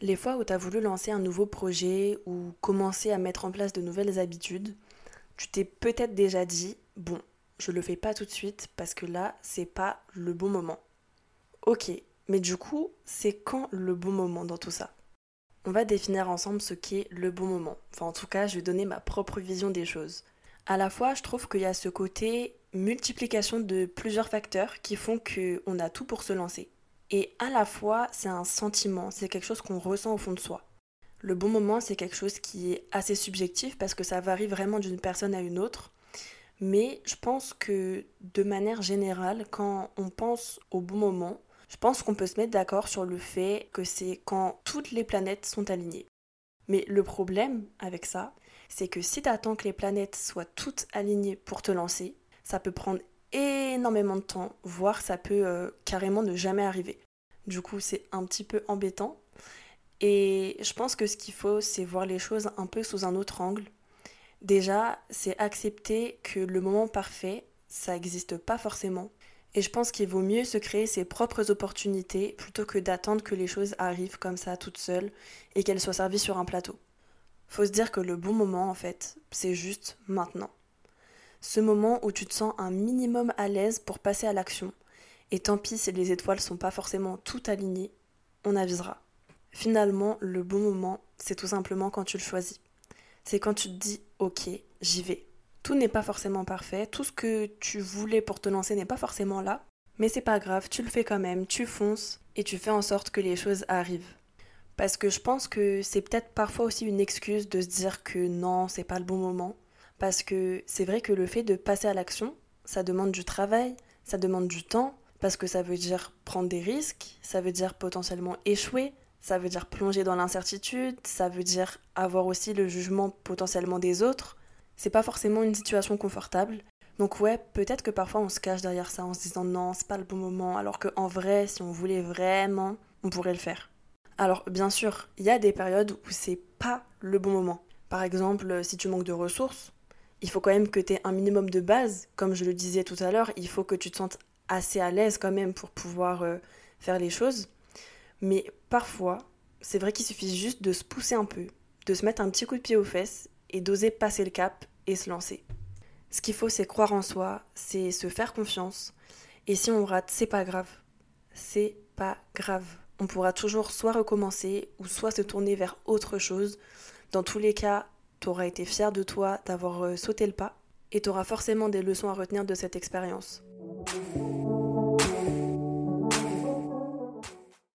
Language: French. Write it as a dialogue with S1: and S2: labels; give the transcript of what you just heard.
S1: Les fois où tu as voulu lancer un nouveau projet ou commencer à mettre en place de nouvelles habitudes, tu t'es peut-être déjà dit, bon, je le fais pas tout de suite parce que là, c'est pas le bon moment. Ok, mais du coup, c'est quand le bon moment dans tout ça? On va définir ensemble ce qu'est le bon moment. Enfin, en tout cas, je vais donner ma propre vision des choses. À la fois, je trouve qu'il y a ce côté multiplication de plusieurs facteurs qui font qu'on a tout pour se lancer. Et à la fois, c'est un sentiment, c'est quelque chose qu'on ressent au fond de soi. Le bon moment, c'est quelque chose qui est assez subjectif parce que ça varie vraiment d'une personne à une autre. Mais je pense que de manière générale, quand on pense au bon moment, je pense qu'on peut se mettre d'accord sur le fait que c'est quand toutes les planètes sont alignées. Mais le problème avec ça, c'est que si tu attends que les planètes soient toutes alignées pour te lancer, ça peut prendre énormément de temps, voire ça peut carrément ne jamais arriver. Du coup, c'est un petit peu embêtant. Et je pense que ce qu'il faut, c'est voir les choses un peu sous un autre angle. Déjà, c'est accepter que le moment parfait, ça n'existe pas forcément. Et je pense qu'il vaut mieux se créer ses propres opportunités plutôt que d'attendre que les choses arrivent comme ça toutes seules et qu'elles soient servies sur un plateau. Faut se dire que le bon moment, en fait, c'est juste maintenant. Ce moment où tu te sens un minimum à l'aise pour passer à l'action. Et tant pis si les étoiles sont pas forcément toutes alignées, on avisera. Finalement, le bon moment, c'est tout simplement quand tu le choisis. C'est quand tu te dis ok, j'y vais. Tout n'est pas forcément parfait, tout ce que tu voulais pour te lancer n'est pas forcément là, mais c'est pas grave, tu le fais quand même, tu fonces et tu fais en sorte que les choses arrivent. Parce que je pense que c'est peut-être parfois aussi une excuse de se dire que non, c'est pas le bon moment. Parce que c'est vrai que le fait de passer à l'action, ça demande du travail, ça demande du temps, parce que ça veut dire prendre des risques, ça veut dire potentiellement échouer, ça veut dire plonger dans l'incertitude, ça veut dire avoir aussi le jugement potentiellement des autres. C'est pas forcément une situation confortable. Donc ouais, peut-être que parfois on se cache derrière ça en se disant non, c'est pas le bon moment, alors qu'en vrai, si on voulait vraiment, on pourrait le faire. Alors bien sûr, il y a des périodes où c'est pas le bon moment. Par exemple, si tu manques de ressources, il faut quand même que tu aies un minimum de base. Comme je le disais tout à l'heure, il faut que tu te sentes assez à l'aise quand même pour pouvoir faire les choses. Mais parfois, c'est vrai qu'il suffit juste de se pousser un peu, de se mettre un petit coup de pied aux fesses et d'oser passer le cap et se lancer. Ce qu'il faut, c'est croire en soi, c'est se faire confiance. Et si on rate, c'est pas grave. C'est pas grave. On pourra toujours soit recommencer ou soit se tourner vers autre chose. Dans tous les cas, t'auras été fier de toi d'avoir sauté le pas et t'auras forcément des leçons à retenir de cette expérience.